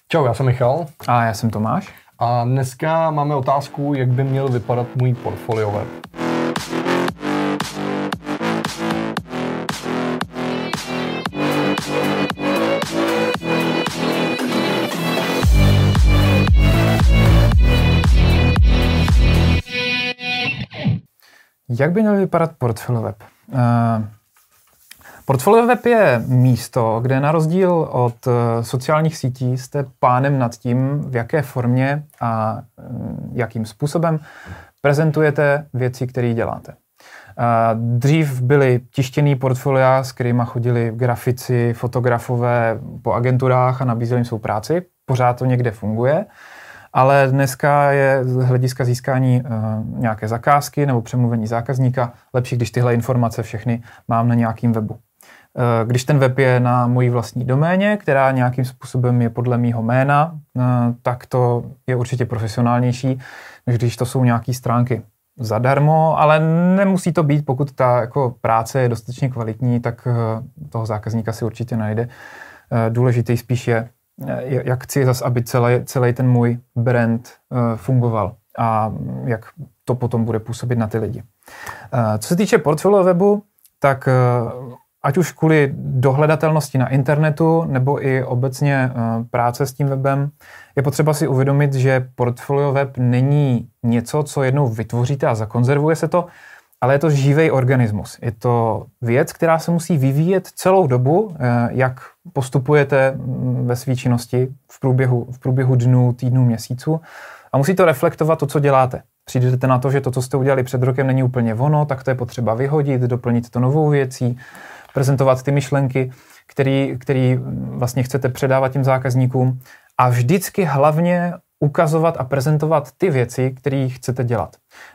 Čau, já jsem Michal. A já jsem Tomáš. A dneska máme otázku, jak by měl vypadat můj portfolio web. Jak by měl vypadat portfolio web? Portfolio web je místo, kde na rozdíl od sociálních sítí jste pánem nad tím, v jaké formě a jakým způsobem prezentujete věci, které děláte. Dřív byly tištěný portfolia, s kterýma chodili grafici, fotografové po agenturách a nabízeli jim svou práci. Pořád to někde funguje. Ale dneska je z hlediska získání nějaké zakázky nebo přemluvení zákazníka lepší, když tyhle informace všechny mám na nějakým webu. Když ten web je na mojí vlastní doméně, která nějakým způsobem je podle mýho jména, tak to je určitě profesionálnější, než když to jsou nějaké stránky zadarmo, ale nemusí to být, pokud ta jako práce je dostatečně kvalitní, tak toho zákazníka si určitě najde. Důležitý spíš je, jak chci zase, aby celý ten můj brand fungoval a jak to potom bude působit na ty lidi. Co se týče portfolio webu, tak ať už kvůli dohledatelnosti na internetu nebo i obecně práce s tím webem, je potřeba si uvědomit, že portfolio web není něco, co jednou vytvoříte a zakonzervuje se to, ale je to živý organismus. Je to věc, která se musí vyvíjet celou dobu, jak postupujete ve své činnosti v průběhu dnů, týdnů, měsíců a musí to reflektovat to, co děláte. Přijdete na to, že to, co jste udělali před rokem, není úplně ono, tak to je potřeba vyhodit, doplnit to novou věcí, prezentovat ty myšlenky, které vlastně chcete předávat těm zákazníkům a vždycky hlavně ukazovat a prezentovat ty věci, které chcete dělat.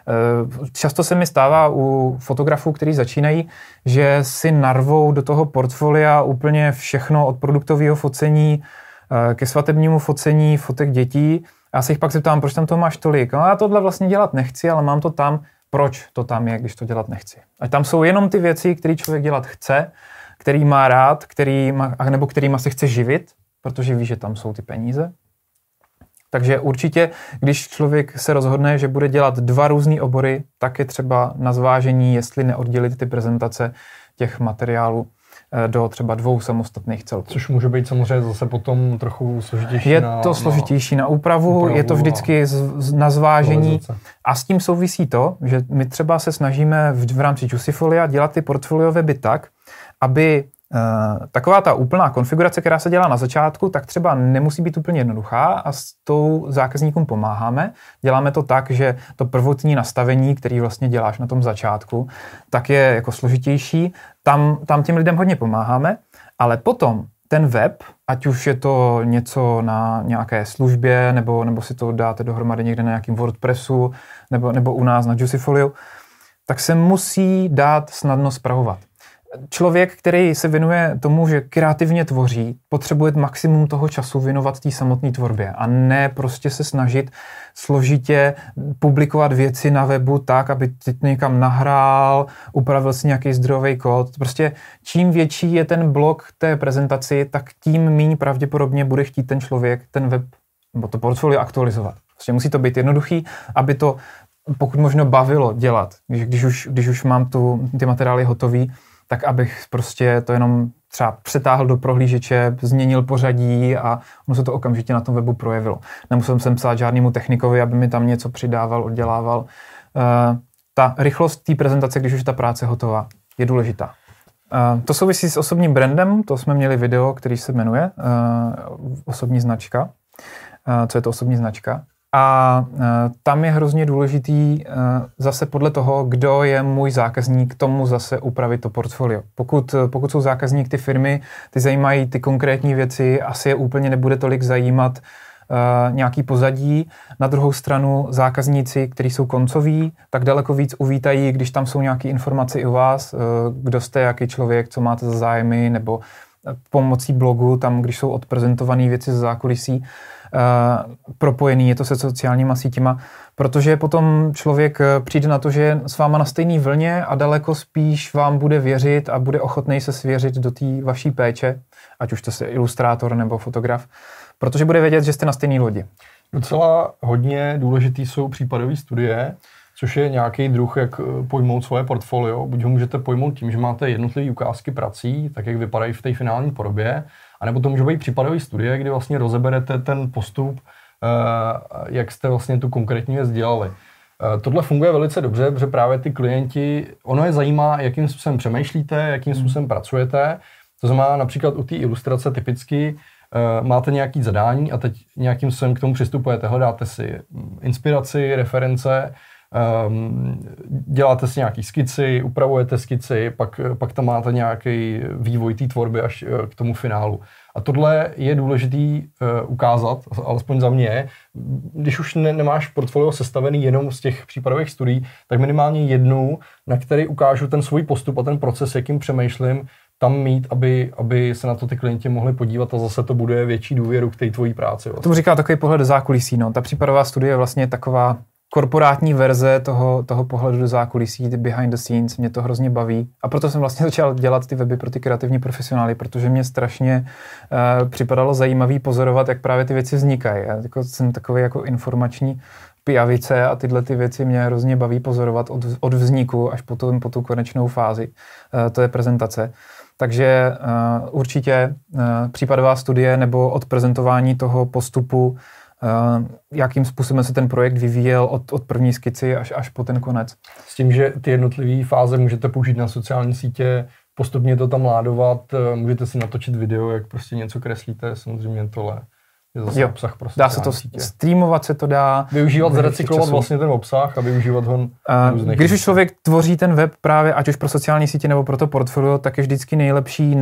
Často se mi stává u fotografů, kteří začínají, že si narvou do toho portfolia úplně všechno od produktového focení ke svatebnímu focení, fotek dětí. Já se jich pak zeptám, proč tam to máš tolik? No, já tohle vlastně dělat nechci, ale mám to tam. Proč to tam je, když to dělat nechci? A tam jsou jenom ty věci, které člověk dělat chce, který má rád, nebo kterýma se chce živit, protože ví, že tam jsou ty peníze. Takže určitě, když člověk se rozhodne, že bude dělat 2 různý obory, tak je třeba na zvážení, jestli neoddělit ty prezentace těch materiálů do třeba 2 samostatných celků. Což může být samozřejmě zase potom trochu složitější. Je to složitější na úpravu, je to vždycky na zvážení a s tím souvisí to, že my třeba se snažíme v rámci Juicifolia dělat ty portfolio weby tak, aby taková ta úplná konfigurace, která se dělá na začátku, tak třeba nemusí být úplně jednoduchá a s tou zákazníkům pomáháme. Děláme to tak, že to prvotní nastavení, který vlastně děláš na tom začátku, tak je jako složitější. Tam těm lidem hodně pomáháme, ale potom ten web, ať už je to něco na nějaké službě, nebo si to dáte dohromady někde na nějakým WordPressu, nebo u nás na Juicifoliu, tak se musí dát snadno spravovat. Člověk, který se věnuje tomu, že kreativně tvoří, potřebuje maximum toho času věnovat té samotné tvorbě a ne prostě se snažit složitě publikovat věci na webu tak, aby teď někam nahrál, upravil si nějaký zdrojový kód. Prostě čím větší je ten blok té prezentaci, tak tím méně pravděpodobně bude chtít ten člověk ten web nebo to portfolio aktualizovat. Prostě musí to být jednoduchý, aby to pokud možno bavilo dělat. Když už mám ty materiály hotový, tak abych prostě to jenom třeba přetáhl do prohlížeče, změnil pořadí a ono se to okamžitě na tom webu projevilo. Nemusel jsem psát žádnému technikovi, aby mi tam něco přidával, oddělával. Ta rychlost té prezentace, když už je ta práce hotová, je důležitá. To souvisí s osobním brandem, to jsme měli video, který se jmenuje osobní značka. Co je to osobní značka? A tam je hrozně důležitý zase podle toho, kdo je můj zákazník, tomu zase upravit to portfolio. Pokud jsou zákazník ty firmy, ty zajímají ty konkrétní věci, asi je úplně nebude tolik zajímat nějaký pozadí. Na druhou stranu zákazníci, kteří jsou koncoví, tak daleko víc uvítají, když tam jsou nějaké informace i u vás, kdo jste, jaký člověk, co máte za zájmy, nebo pomocí blogu, tam, když jsou odprezentované věci ze zákulisí, propojený, je to se sociálníma sítěma, protože potom člověk přijde na to, že je s váma na stejné vlně a daleko spíš vám bude věřit a bude ochotný se svěřit do té vaší péče, ať už to je ilustrátor nebo fotograf, protože bude vědět, že jste na stejné lodi. Docela hodně důležitý jsou případové studie, což je nějaký druh, jak pojmout svoje portfolio. Buď ho můžete pojmout tím, že máte jednotlivé ukázky prací, tak jak vypadají v té finální podobě, anebo to může být případové studie, kdy vlastně rozeberete ten postup, jak jste vlastně tu konkrétní věc dělali. Tohle funguje velice dobře, protože právě ty klienti, ono je zajímá, jakým způsobem přemýšlíte, jakým způsobem pracujete. To znamená například u té ilustrace typicky máte nějaké zadání a teď nějakým způsobem k tomu přistupujete, hledáte si inspiraci, reference, děláte si nějaký skici, upravujete skici, pak tam máte nějaký vývoj té tvorby až k tomu finálu. A tohle je důležitý ukázat, alespoň za mě, když už nemáš portfolio sestavený jenom z těch případových studií, tak minimálně jednu, na který ukážu ten svůj postup a ten proces, jakým přemýšlím, tam mít, aby se na to ty klienti mohli podívat a zase to bude větší důvěru k té tvojí práci. Vlastně. Tomu říká takový pohled do zákulisí. No. Ta případová studie je vlastně taková korporátní verze toho pohledu do zákulisí, behind the scenes, mě to hrozně baví. A proto jsem vlastně začal dělat ty weby pro ty kreativní profesionály, protože mě strašně připadalo zajímavý pozorovat, jak právě ty věci vznikají. Já jsem takový jako informační pijavice a tyhle ty věci mě hrozně baví pozorovat od vzniku až po tu konečnou fázi. To je prezentace. Takže určitě případová studie nebo odprezentování toho postupu, jakým způsobem se ten projekt vyvíjel od první skici až po ten konec. S tím, že ty jednotlivé fáze můžete použít na sociální sítě, postupně to tam ládovat, můžete si natočit video, jak prostě něco kreslíte, samozřejmě tohle je zase obsah pro sociální dá se to sítě. streamovat se to dá. Využívat, zrecyklovat vlastně ten obsah a využívat ho. Když už člověk tvoří ten web právě, ať už pro sociální sítě nebo pro to portfolio, tak je vždycky nejlepší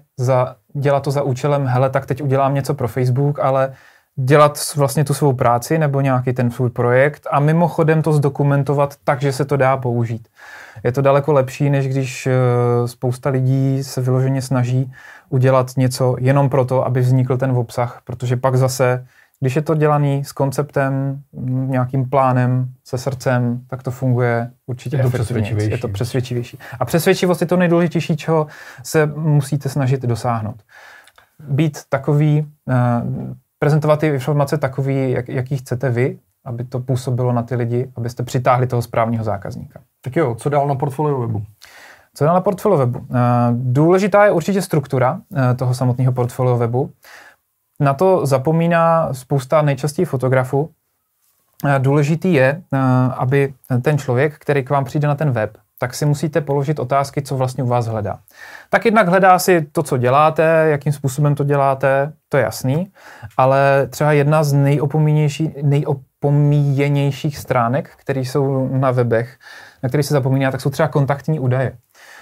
dělat to za účelem, hele, tak teď udělám něco pro Facebook, ale dělat vlastně tu svou práci nebo nějaký ten svůj projekt a mimochodem to zdokumentovat tak, že se to dá použít. Je to daleko lepší, než když spousta lidí se vyloženě snaží udělat něco jenom proto, aby vznikl ten obsah, protože pak zase, když je to dělaný s konceptem, nějakým plánem, se srdcem, tak to funguje určitě efektivněji. Je to přesvědčivější. A přesvědčivost je to nejdůležitější, čeho se musíte snažit dosáhnout. Být takový, prezentovat ty informace takový, jaký chcete vy, aby to působilo na ty lidi, abyste přitáhli toho správného zákazníka. Tak jo, co dál na portfolio webu? Co dál na portfolio webu? Důležitá je určitě struktura toho samotného portfolio webu. Na to zapomíná spousta nejčastěji fotografů. Důležitý je, aby ten člověk, který k vám přijde na ten web, tak si musíte položit otázky, co vlastně u vás hledá. Tak jednak hledá si to, co děláte, jakým způsobem to děláte, to je jasný, ale třeba jedna z nejopomíjenějších stránek, které jsou na webech, na které se zapomíná, tak jsou třeba kontaktní údaje.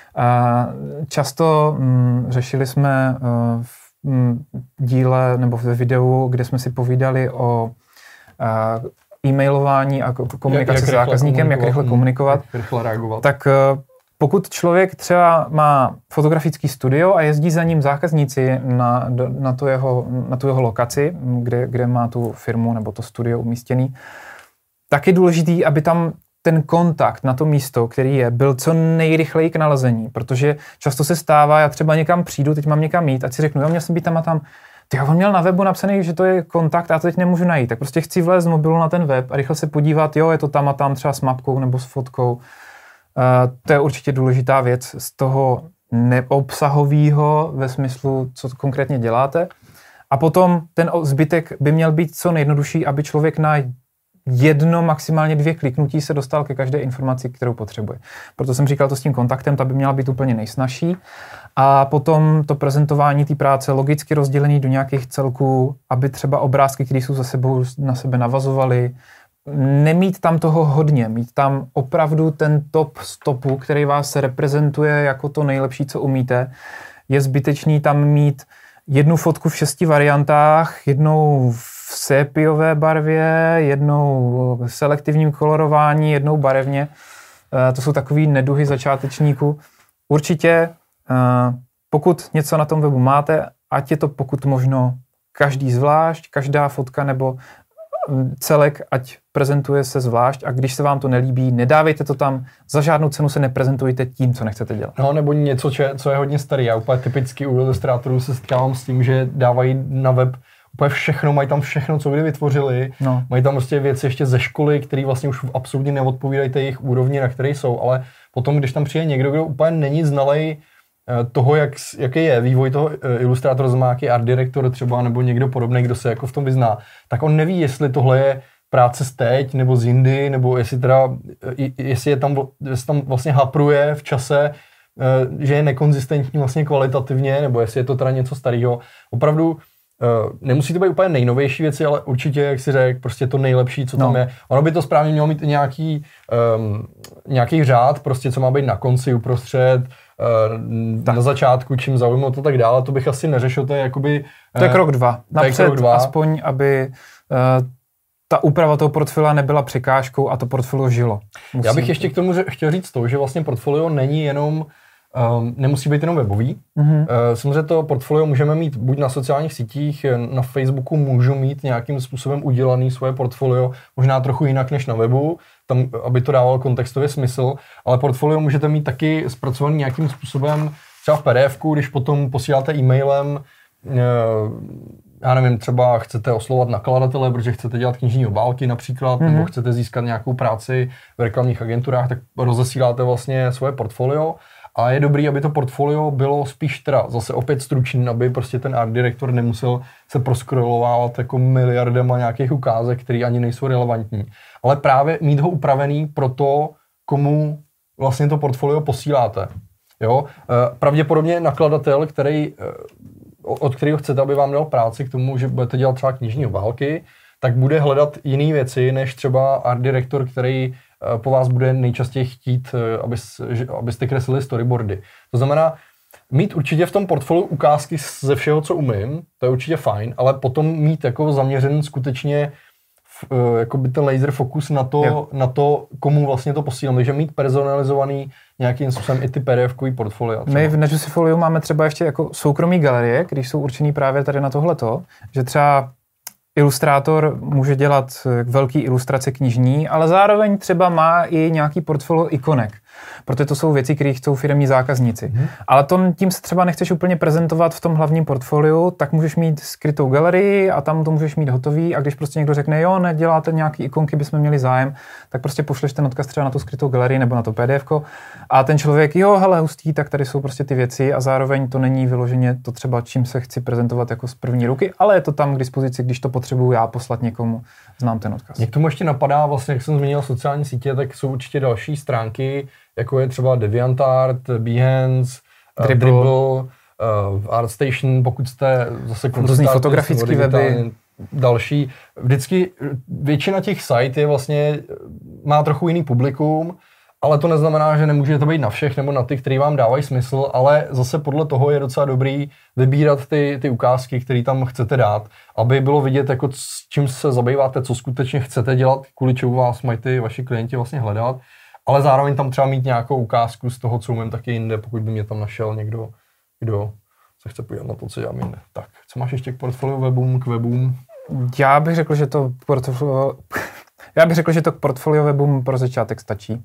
Často řešili jsme v díle nebo ve videu, kde jsme si povídali o e-mailování a komunikaci s zákazníkem, jak rychle komunikovat, jak rychle reagovat. Tak pokud člověk třeba má fotografický studio a jezdí za ním zákazníci na tu jeho lokaci, kde má tu firmu nebo to studio umístěný, tak je důležitý, aby tam ten kontakt na to místo, který je, byl co nejrychleji k nalezení, protože často se stává, já třeba někam přijdu, teď mám někam jít, ať si řeknu, jo, měl jsem být tam a tam, on měl na webu napsaný, že to je kontakt a já to teď nemůžu najít, tak prostě chci vlézt z mobilu na ten web a rychle se podívat, jo, je to tam a tam třeba s mapkou nebo s fotkou. To je určitě důležitá věc z toho neobsahového ve smyslu, co konkrétně děláte. A potom ten zbytek by měl být co nejjednodušší, aby člověk na jedno, maximálně 2 kliknutí se dostal ke každé informaci, kterou potřebuje. Proto jsem říkal to s tím kontaktem, ta by měla být úplně nejsnažší. A potom to prezentování té práce logicky rozdělený do nějakých celků, aby třeba obrázky, které jsou za sebou na sebe navazovaly, nemít tam toho hodně, mít tam opravdu ten top stopu, který vás reprezentuje jako to nejlepší, co umíte. Je zbytečný tam mít jednu fotku v 6 variantách, jednou v sépiové barvě, jednou v selektivním kolorování, jednou barevně. To jsou takový neduhy začátečníků. Určitě, pokud něco na tom webu máte, ať je to pokud možno každý zvlášť, každá fotka nebo celek, ať prezentuje se zvlášť a když se vám to nelíbí, nedávejte to tam, za žádnou cenu se neprezentujte tím, co nechcete dělat. No, nebo něco, co je hodně starý. Já úplně typicky u ilustrátorů se setkávám s tím, že dávají na web všechno, mají tam všechno, co kdy vytvořili, mají tam prostě věci ještě ze školy, které vlastně už absolutně neodpovídají té jejich úrovni, na které jsou, ale potom, když tam přijde někdo, kdo úplně není znalej toho, jaký je vývoj toho ilustrátora, nějaký art director třeba, nebo někdo podobný, kdo se jako v tom vyzná, tak on neví, jestli tohle je práce z teď, nebo z jindy, nebo jestli tam vlastně hapruje v čase, že je nekonzistentní vlastně kvalitativně, nebo jestli je to teda něco starého. Opravdu nemusí to být úplně nejnovější věci, ale určitě, jak si řekl, prostě to nejlepší, co tam je. Ono by to správně mělo mít nějaký řád, prostě co má být na konci, uprostřed, na začátku, čím zaujmout to tak dále, to bych asi neřešil, to je jakoby... To je krok 2. Napřed aspoň, aby ta úprava toho portfolia nebyla překážkou a to portfolio žilo. Já bych ještě k tomu chtěl říct to, že vlastně portfolio není jenom, nemusí být jenom webový. Samozřejmě to portfolio můžeme mít buď na sociálních sítích, na Facebooku můžu mít nějakým způsobem udělaný svoje portfolio, možná trochu jinak než na webu, tam, aby to dávalo kontextově smysl, ale portfolio můžete mít taky zpracovaný nějakým způsobem, třeba v PDF-ku, když potom posíláte e-mailem, já nevím, třeba chcete oslovovat nakladatele, protože chcete dělat knižní obálky například, nebo chcete získat nějakou práci v reklamních agenturách, tak rozesíláte vlastně svoje portfolio. A je dobrý, aby to portfolio bylo spíš teda zase opět stručný, aby prostě ten art director nemusel se proskrolovávat jako miliardama nějakých ukázek, které ani nejsou relevantní. Ale právě mít ho upravený pro to, komu vlastně to portfolio posíláte. Jo? Pravděpodobně nakladatel, od kterého chcete, aby vám dal práci k tomu, že budete dělat třeba knižní obálky, tak bude hledat jiné věci, než třeba art director, který po vás bude nejčastěji chtít, abyste kreslili storyboardy. To znamená, mít určitě v tom portfoliu ukázky ze všeho, co umím, to je určitě fajn, ale potom mít jako zaměřený skutečně jakoby ten laser fokus na to, komu vlastně to posílám. Takže mít personalizovaný nějakým způsobem i ty PDF-kový portfolia. My v Nejuicifoliu máme třeba ještě jako soukromí galerie, když jsou určený právě tady na tohleto, že třeba ilustrátor může dělat velký ilustrace knižní, ale zároveň třeba má i nějaký portfolio ikonek, protože to jsou věci, které chcou firemní zákazníci. Ale tím se třeba nechceš úplně prezentovat v tom hlavním portfoliu, tak můžeš mít skrytou galerii a tam to můžeš mít hotový a když prostě někdo řekne, jo, neděláte nějaký ikonky, bychom měli zájem, tak prostě pošleš ten odkaz třeba na tu skrytou galerii nebo na to PDF-ko a ten člověk, jo, hele, hustý, tak tady jsou prostě ty věci a zároveň to není vyloženě to třeba, čím se chci prezentovat jako z první ruky, ale je to tam k dispozici, když to potřebuju já poslat někomu, znám ten odkaz. Mě k tomu ještě napadá, vlastně, jak jsem zmínil sociální sítě, tak jsou určitě další stránky, jako je třeba DeviantArt, Behance, Dribbble, ArtStation, pokud jste zase různý fotografický weby, další. Vždycky většina těch site je vlastně, má trochu jiný publikum, ale to neznamená, že nemůžete být na všech nebo na ty, který vám dávají smysl, ale zase podle toho je docela dobrý vybírat ty ukázky, které tam chcete dát, aby bylo vidět, jako s čím se zabýváte, co skutečně chcete dělat, kvůli čemu vás mají ty vaši klienti vlastně hledat, ale zároveň tam třeba mít nějakou ukázku z toho, co umím taky jinde, pokud by mě tam našel někdo, kdo se chce podívat na to, co dělám jinde. Tak, co máš ještě k portfoliu webům, k webům? Já bych řekl, že to k portfolio webům pro začátek stačí.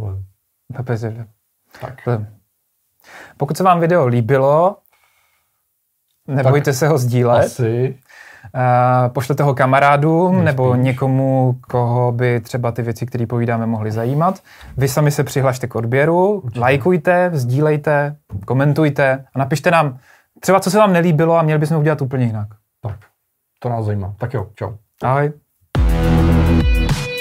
Tak. Pokud se vám video líbilo, nebojte se ho sdílet. Asi. Pošlete ho kamarádům nebo někomu, koho by třeba ty věci, které povídáme, mohly zajímat. Vy sami se přihlašte k odběru, lajkujte, sdílejte, komentujte a napište nám třeba, co se vám nelíbilo a měli bychom udělat úplně jinak. Tak, to nás zajímá. Tak jo, čau. Ahoj.